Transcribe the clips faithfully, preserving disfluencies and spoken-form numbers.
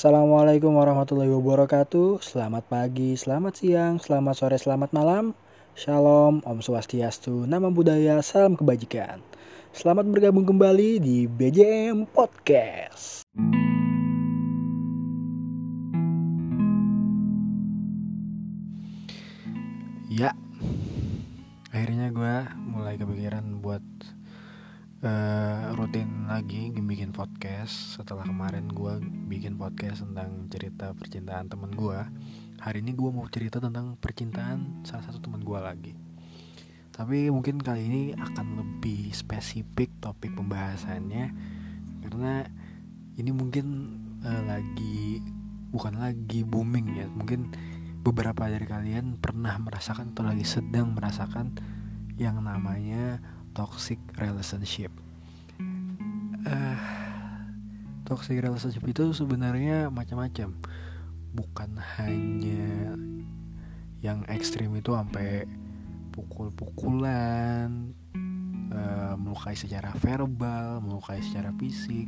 Assalamualaikum warahmatullahi wabarakatuh. Selamat pagi, selamat siang, selamat sore, selamat malam. Shalom, Om Swastiastu, Namo Buddhaya, salam kebajikan. Selamat bergabung kembali di B J M Podcast. Ya, akhirnya gue mulai kepikiran buat Uh, rutin lagi bikin podcast. Setelah kemarin gue bikin podcast tentang cerita percintaan temen gue, hari ini gue mau cerita tentang percintaan salah satu temen gue lagi. Tapi mungkin kali ini akan lebih spesifik topik pembahasannya, karena ini mungkin uh, lagi bukan lagi booming ya. Mungkin beberapa dari kalian pernah merasakan atau lagi sedang merasakan yang namanya toxic relationship. Uh, toxic relationship itu sebenarnya macam-macam. Bukan hanya yang ekstrim itu sampai pukul-pukulan, uh, melukai secara verbal, melukai secara fisik.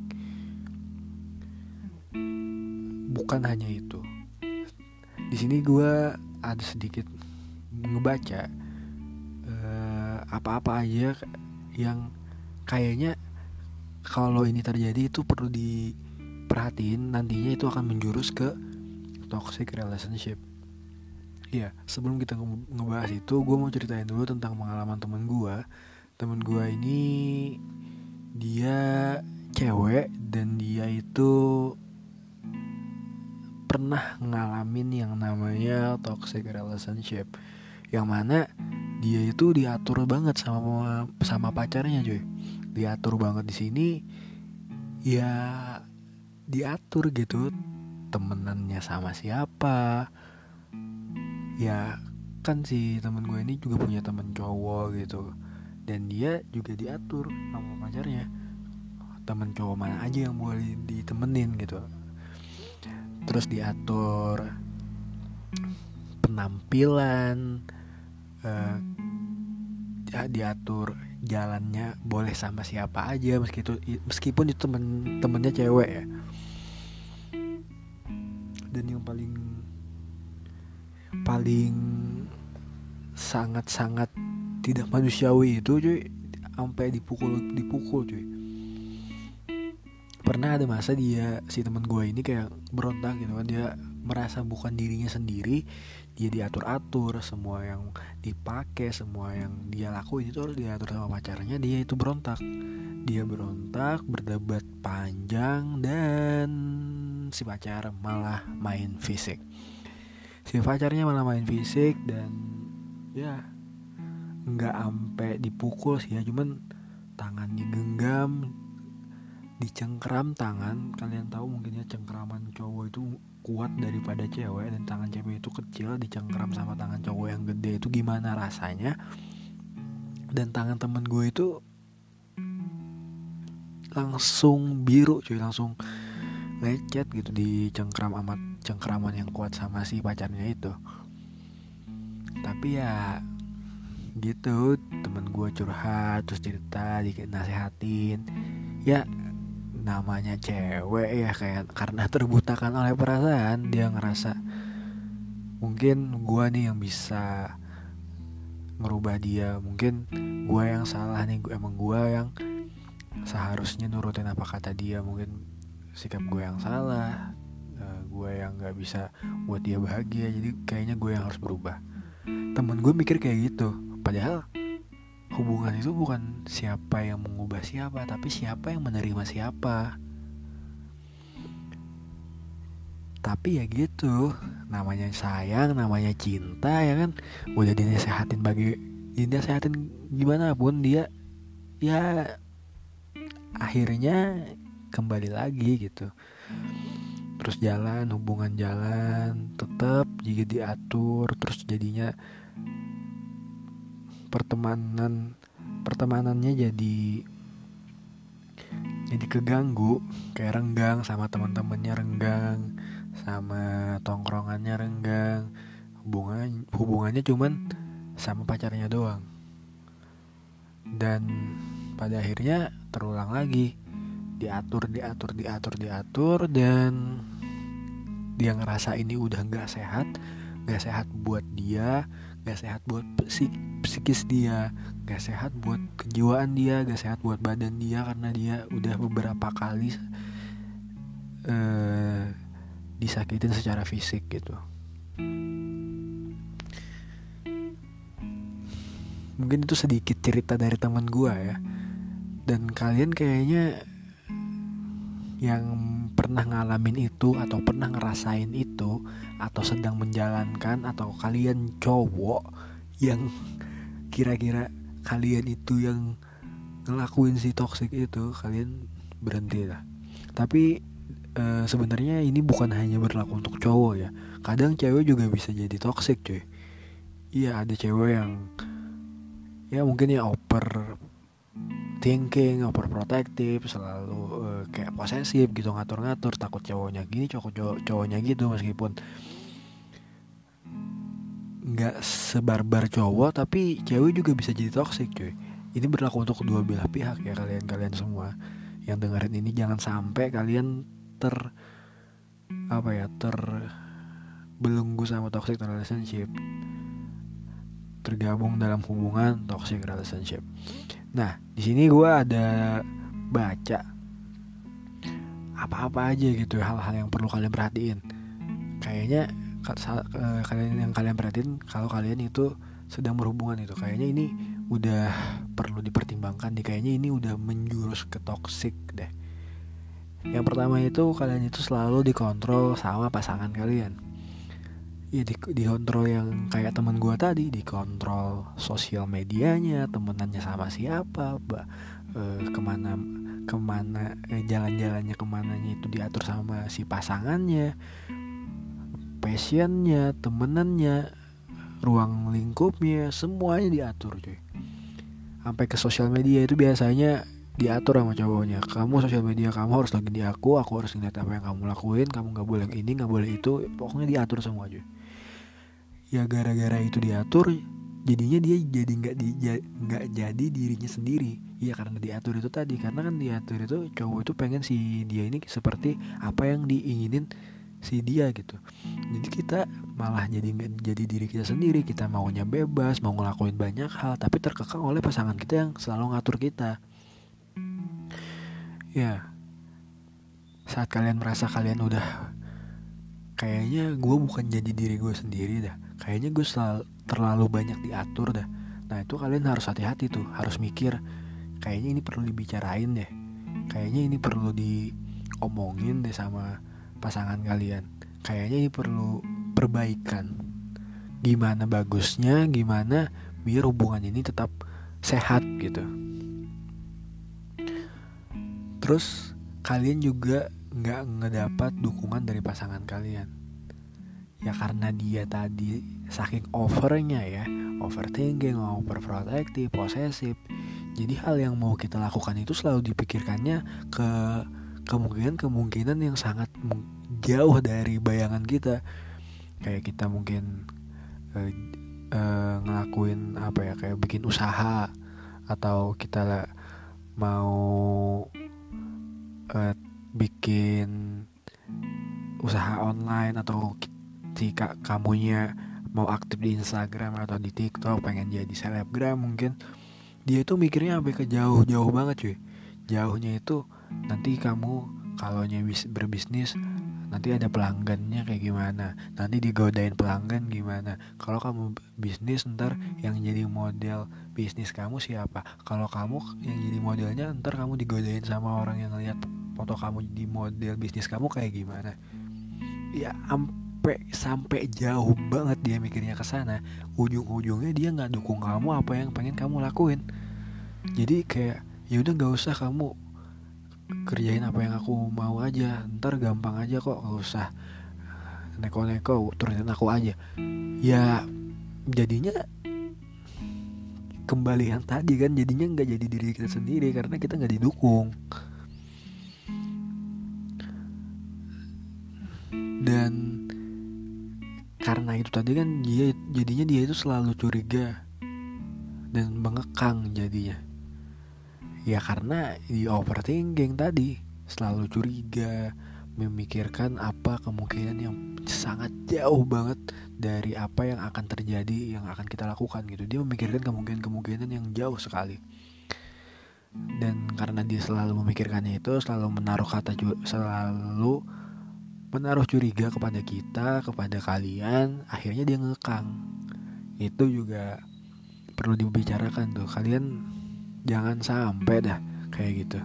Bukan hanya itu. Di sini gue ada sedikit ngebaca uh, apa-apa aja yang kayaknya kalau ini terjadi itu perlu diperhatiin, nantinya itu akan menjurus ke toxic relationship. Iya, sebelum kita nge- ngebahas itu, gue mau ceritain dulu tentang pengalaman temen gue. Temen gue ini dia cewek dan dia itu pernah ngalamin yang namanya toxic relationship, yang mana dia itu diatur banget sama sama pacarnya, cuy. Diatur banget di sini, ya diatur gitu, temenannya sama siapa. Ya kan si temen gue ini juga punya temen cowok gitu, dan dia juga diatur sama pacarnya, temen cowok mana aja yang boleh ditemenin gitu. Terus diatur penampilan, uh, diatur jalannya boleh sama siapa aja, meskipun meskipun itu temen temennya cewek ya. Dan yang paling paling sangat-sangat tidak manusiawi itu, cuy, sampai dipukul dipukul cuy. Pernah ada masa dia si teman gue ini kayak berontak gitu kan, dia merasa bukan dirinya sendiri, dia diatur-atur, semua yang dipakai, semua yang dia lakuin itu harus diatur sama pacarnya. Dia itu berontak, dia berontak, berdebat panjang, dan si pacar malah main fisik. Si pacarnya malah main fisik dan ya nggak ampe dipukul sih ya, cuman tangan digenggam, dicengkram tangan. Kalian tahu mungkin ya, cengkraman cowok itu kuat daripada cewek, dan tangan cewek itu kecil, dicengkram sama tangan cowok yang gede itu gimana rasanya. Dan tangan temen gue itu langsung biru, cuy, langsung lecet gitu, dicengkram amat cengkraman yang kuat sama si pacarnya itu. Tapi ya gitu, temen gue curhat, terus cerita, dikit nasehatin. Ya namanya cewek ya, kayak karena terbutakan oleh perasaan, dia ngerasa mungkin gue nih yang bisa ngerubah dia, mungkin gue yang salah nih, emang gue yang seharusnya nurutin apa kata dia, mungkin sikap gue yang salah, gue yang gak bisa buat dia bahagia, jadi kayaknya gue yang harus berubah. Temen gue mikir kayak gitu, padahal hubungan itu bukan siapa yang mengubah siapa, tapi siapa yang menerima siapa. Tapi ya gitu, namanya sayang, namanya cinta ya kan. Udah dinasehatin bagi dinasehatin gimana pun, dia ya akhirnya kembali lagi gitu. Terus jalan, hubungan jalan, tetap juga diatur. Terus jadinya pertemanan pertemanannya jadi jadi keganggu, kayak renggang, sama teman-temannya renggang, sama tongkrongannya renggang, hubungan hubungannya cuman sama pacarnya doang. Dan pada akhirnya terulang lagi, diatur diatur diatur diatur dan dia ngerasa ini udah gak sehat, gak sehat buat dia, gak sehat buat psik, psikis dia, gak sehat buat kejiwaan dia, gak sehat buat badan dia, karena dia udah beberapa kali uh, disakitin secara fisik gitu. Mungkin itu sedikit cerita dari teman gue ya. Dan kalian kayaknya yang pernah ngalamin itu, atau pernah ngerasain itu, atau sedang menjalankan, atau kalian cowok yang kira-kira kalian itu yang ngelakuin si toxic itu, kalian berhenti lah. Tapi e, sebenarnya ini bukan hanya berlaku untuk cowok ya. Kadang cewek juga bisa jadi toxic cuy. Iya, ada cewek yang ya mungkin ya over thinking, overprotective, selalu uh, kayak posesif gitu, ngatur-ngatur, takut cowoknya gini, cowok cowok cowoknya gitu, meskipun nggak sebarbar cowok, tapi cewek juga bisa jadi toxic cuy. Ini berlaku untuk kedua belah pihak ya, kalian-kalian semua yang dengerin ini, jangan sampai kalian ter apa ya terbelenggu sama toxic relationship, tergabung dalam hubungan toxic relationship. Nah, di sini gue ada baca apa-apa aja gitu, hal-hal yang perlu kalian perhatiin. Kayaknya kalian yang kalian perhatiin kalau kalian itu sedang berhubungan itu, kayaknya ini udah perlu dipertimbangkan nih, kayaknya ini udah menjurus ke toxic deh. Yang pertama itu, kalian itu selalu dikontrol sama pasangan kalian. Ya di, dikontrol yang kayak teman gue tadi, dikontrol sosial medianya, temenannya sama siapa, bah, eh, kemana kemana eh, jalan-jalannya kemananya itu diatur sama si pasangannya, passionnya, temenannya, ruang lingkupnya, semuanya diatur cuy. Sampai ke sosial media itu biasanya diatur sama cowoknya. Kamu sosial media kamu harus login di aku, aku harus ngeliat apa yang kamu lakuin, kamu nggak boleh ini, nggak boleh itu, pokoknya diatur semua cuy. Ya gara-gara itu diatur, jadinya dia jadi nggak di nggak jadi dirinya sendiri. Ya karena diatur itu tadi, karena kan diatur itu cowok itu pengen si dia ini seperti apa yang diinginin si dia gitu. Jadi kita malah jadi nggak jadi diri kita sendiri. Kita maunya bebas, mau ngelakuin banyak hal, tapi terkekang oleh pasangan kita yang selalu ngatur kita. Ya, saat kalian merasa kalian udah kayaknya gue bukan jadi diri gue sendiri dah, kayaknya gue selalu, terlalu banyak diatur dah. Nah itu kalian harus hati-hati tuh, harus mikir, kayaknya ini perlu dibicarain deh, kayaknya ini perlu diomongin deh sama pasangan kalian, kayaknya ini perlu perbaikan. Gimana bagusnya, gimana biar hubungan ini tetap sehat gitu. Terus kalian juga gak ngedapat dukungan dari pasangan kalian. Ya karena dia tadi saking overnya ya, overthinking, overprotective, posesif. Jadi hal yang mau kita lakukan itu selalu dipikirkannya ke kemungkinan-kemungkinan yang sangat jauh dari bayangan kita. Kayak kita mungkin uh, uh, ngelakuin apa ya, kayak bikin usaha, atau kita mau uh, bikin usaha online, atau si kamunya mau aktif di Instagram atau di TikTok, pengen jadi selebgram mungkin. Dia itu mikirnya sampai ke jauh-jauh banget cuy. Jauhnya itu nanti kamu kalau bis, berbisnis nanti ada pelanggannya kayak gimana, nanti digodain pelanggan gimana. Kalau kamu bisnis ntar yang jadi model bisnis kamu siapa, kalau kamu yang jadi modelnya ntar kamu digodain sama orang yang lihat foto kamu di model bisnis kamu kayak gimana. Ya sampai sampai jauh banget dia mikirnya ke sana. Ujung-ujungnya dia nggak dukung kamu apa yang pengen kamu lakuin. Jadi kayak ya udah nggak usah kamu kerjain apa yang aku mau aja, ntar gampang aja kok, nggak usah neko-neko, turunin aku aja. Ya jadinya kembali yang tadi kan, jadinya nggak jadi diri kita sendiri karena kita nggak didukung. Dan karena itu tadi kan dia jadinya dia itu selalu curiga dan mengekang jadinya. Ya karena di overthinking tadi, selalu curiga, memikirkan apa kemungkinan yang sangat jauh banget dari apa yang akan terjadi, yang akan kita lakukan gitu. Dia memikirkan kemungkinan-kemungkinan yang jauh sekali. Dan karena dia selalu memikirkannya itu, selalu menaruh kata selalu menaruh curiga kepada kita, kepada kalian, akhirnya dia ngekang. Itu juga perlu dibicarakan tuh. Kalian jangan sampai dah kayak gitu.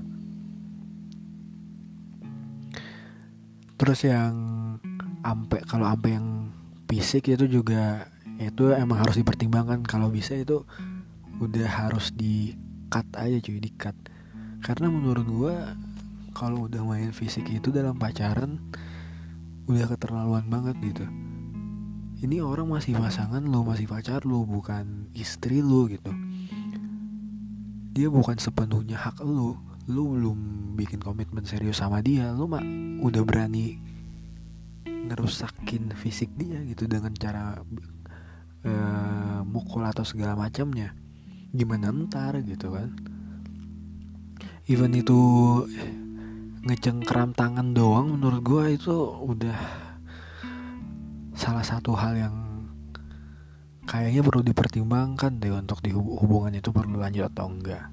Terus yang ampe kalau ampe yang fisik itu juga itu emang harus dipertimbangkan. Kalau bisa itu udah harus di cut aja cuy, di cut. Karena menurut gue kalau udah main fisik itu dalam pacaran udah keterlaluan banget gitu. Ini orang masih pasangan lo, masih pacar lo, bukan istri lo gitu. Dia bukan sepenuhnya hak lo. Lo belum bikin komitmen serius sama dia, lo mah udah berani ngerusakin fisik dia gitu dengan cara uh, mukul atau segala macamnya. Gimana ntar gitu kan? Even itu ngecengkram tangan doang, menurut gue itu udah salah satu hal yang kayaknya perlu dipertimbangkan deh untuk di hubungan itu perlu lanjut atau enggak.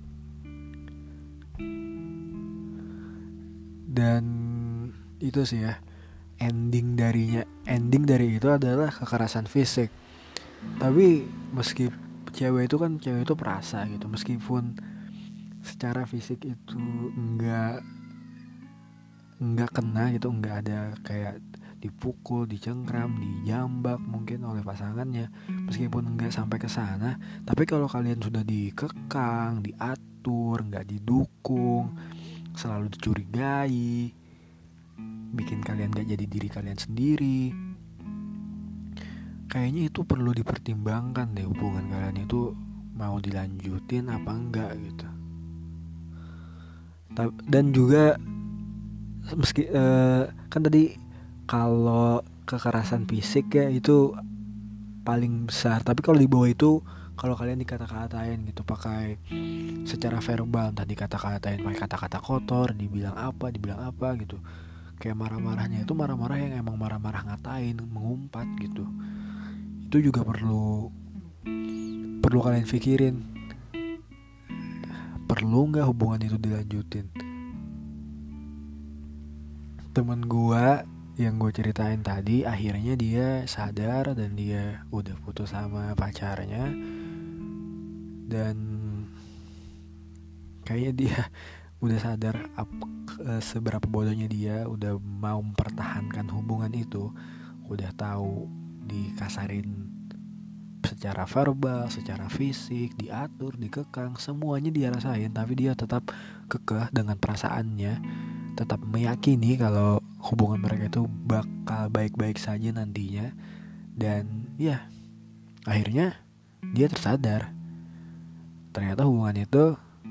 Dan itu sih ya, ending darinya ending dari itu adalah kekerasan fisik. Tapi meski cewek itu kan cewek itu perasa gitu, meskipun secara fisik itu enggak enggak kena gitu, enggak ada kayak dipukul, dicengkram, dijambak mungkin oleh pasangannya, meskipun enggak sampai ke sana, tapi kalau kalian sudah dikekang, diatur, enggak didukung, selalu dicurigai, bikin kalian enggak jadi diri kalian sendiri, kayaknya itu perlu dipertimbangkan deh, hubungan kalian itu mau dilanjutin apa enggak gitu. Dan juga meski uh, kan tadi kalau kekerasan fisik ya itu paling besar, tapi kalau di bawah itu kalau kalian dikata-katain gitu pakai secara verbal, tadi kata-katain pakai kata-kata kotor, dibilang apa, dibilang apa gitu, kayak marah-marahnya itu marah-marah yang emang marah-marah ngatain, mengumpat gitu. Itu juga perlu perlu kalian pikirin, perlu nggak hubungan itu dilanjutin. Temen gue yang gue ceritain tadi, akhirnya dia sadar dan dia udah putus sama pacarnya. Dan kayaknya dia udah sadar ap- seberapa bodohnya dia, udah mau mempertahankan hubungan itu. Udah tahu dikasarin secara verbal, secara fisik, diatur, dikekang, semuanya dia rasain, tapi dia tetap kekeh dengan perasaannya, tetap meyakini kalau hubungan mereka itu bakal baik-baik saja nantinya. Dan ya, akhirnya dia tersadar ternyata hubungan itu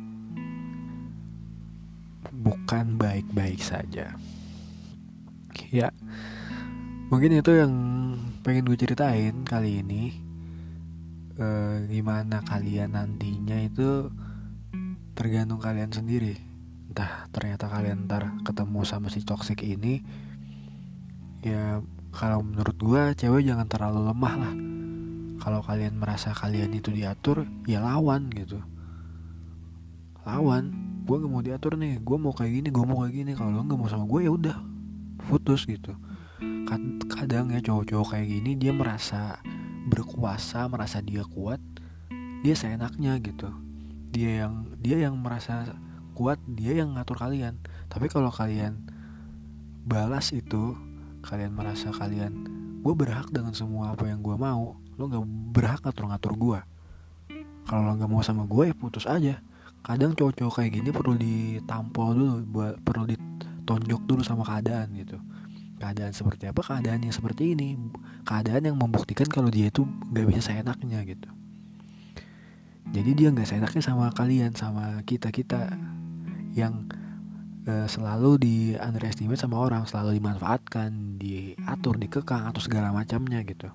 bukan baik-baik saja. Ya, mungkin itu yang pengen gue ceritain kali ini. E, gimana kalian nantinya itu tergantung kalian sendiri. Entah ternyata kalian ntar ketemu sama si toxic ini, ya kalau menurut gue cewek jangan terlalu lemah lah. Kalau kalian merasa kalian itu diatur, ya lawan gitu. Lawan, gue gak mau diatur nih, gue mau kayak gini, gue mau kayak gini. Kalau lo gak mau sama gue ya udah putus gitu. Kadang ya cowok-cowok kayak gini, dia merasa berkuasa, merasa dia kuat, dia seenaknya gitu. Dia yang dia yang merasa kuat, dia yang ngatur kalian. Tapi kalau kalian balas itu, kalian merasa kalian, gue berhak dengan semua apa yang gue mau, lo gak berhak ngatur-ngatur gue. Kalau lo gak mau sama gue ya putus aja. Kadang cowok-cowok kayak gini perlu ditampol dulu, buat perlu ditonjok dulu sama keadaan gitu. Keadaan seperti apa? Keadaan yang seperti ini, keadaan yang membuktikan kalau dia itu gak bisa seenaknya gitu. Jadi dia gak seenaknya sama kalian, sama kita-kita yang uh, selalu di underestimate sama orang, selalu dimanfaatkan, diatur, dikekang atau segala macamnya gitu.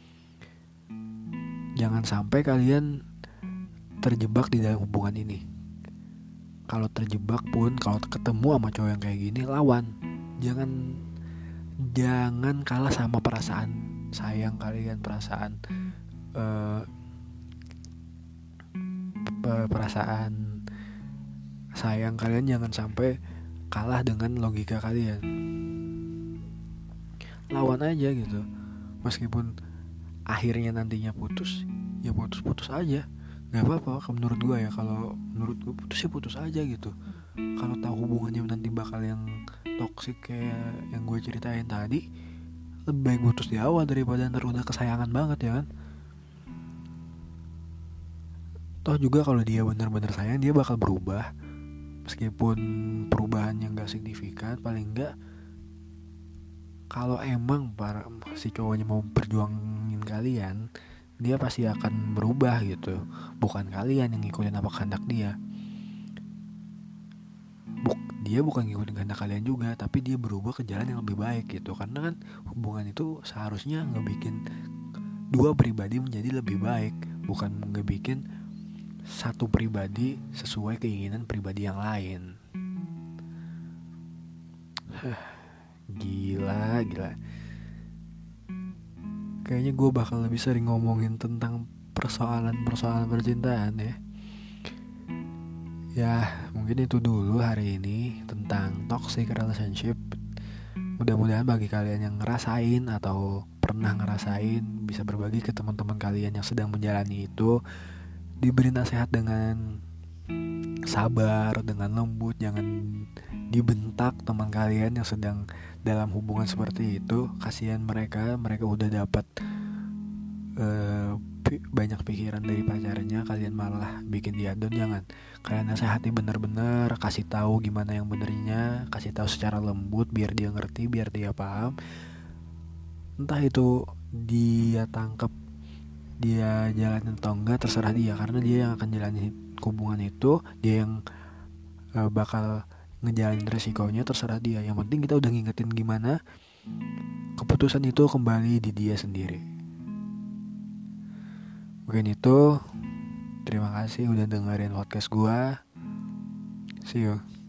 Jangan sampai kalian terjebak di dalam hubungan ini. Kalau terjebak pun, kalau ketemu sama cowok yang kayak gini, lawan. jangan jangan kalah sama perasaan sayang kalian, perasaan uh, perasaan sayang kalian jangan sampai kalah dengan logika kalian. Lawan aja gitu. Meskipun akhirnya nantinya putus, ya putus-putus aja, nggak apa-apa. Menurut gue ya, kalau menurut gue putus ya putus aja gitu. Kalau tahu hubungannya nanti bakal yang toksik kayak yang gue ceritain tadi, lebih baik putus di awal daripada ntar udah kesayangan banget ya kan. Toh juga kalau dia benar-benar sayang, dia bakal berubah. Meskipun perubahannya gak signifikan, paling gak kalau emang para si cowoknya mau perjuangin kalian, dia pasti akan berubah gitu. Bukan kalian yang ngikutin apa kehendak dia. Buk, dia bukan ngikutin kehendak kalian juga, tapi dia berubah ke jalan yang lebih baik gitu. Karena kan hubungan itu seharusnya ngebikin dua pribadi menjadi lebih baik, bukan ngebikin satu pribadi sesuai keinginan pribadi yang lain. Gila, gila. Kayaknya gue bakal lebih sering ngomongin tentang persoalan-persoalan percintaan ya. Ya, mungkin itu dulu hari ini tentang toxic relationship. Mudah-mudahan bagi kalian yang ngerasain atau pernah ngerasain, bisa berbagi ke teman-teman kalian yang sedang menjalani itu. Diberi nasihat dengan sabar, dengan lembut. Jangan dibentak teman kalian yang sedang dalam hubungan seperti itu. Kasihan mereka, mereka udah dapat uh, banyak pikiran dari pacarnya, kalian malah bikin dia down. Jangan, kalian nasihati benar-benar, kasih tahu gimana yang benernya, kasih tahu secara lembut biar dia ngerti, biar dia paham. Entah itu dia tangkep, dia jalanin atau enggak, terserah dia, karena dia yang akan jalanin hubungan itu, dia yang uh, bakal ngejalanin resikonya, terserah dia. Yang penting kita udah ngingetin gimana keputusan itu kembali di dia sendiri. Mungkin itu. Terima kasih udah dengerin podcast gua. See you.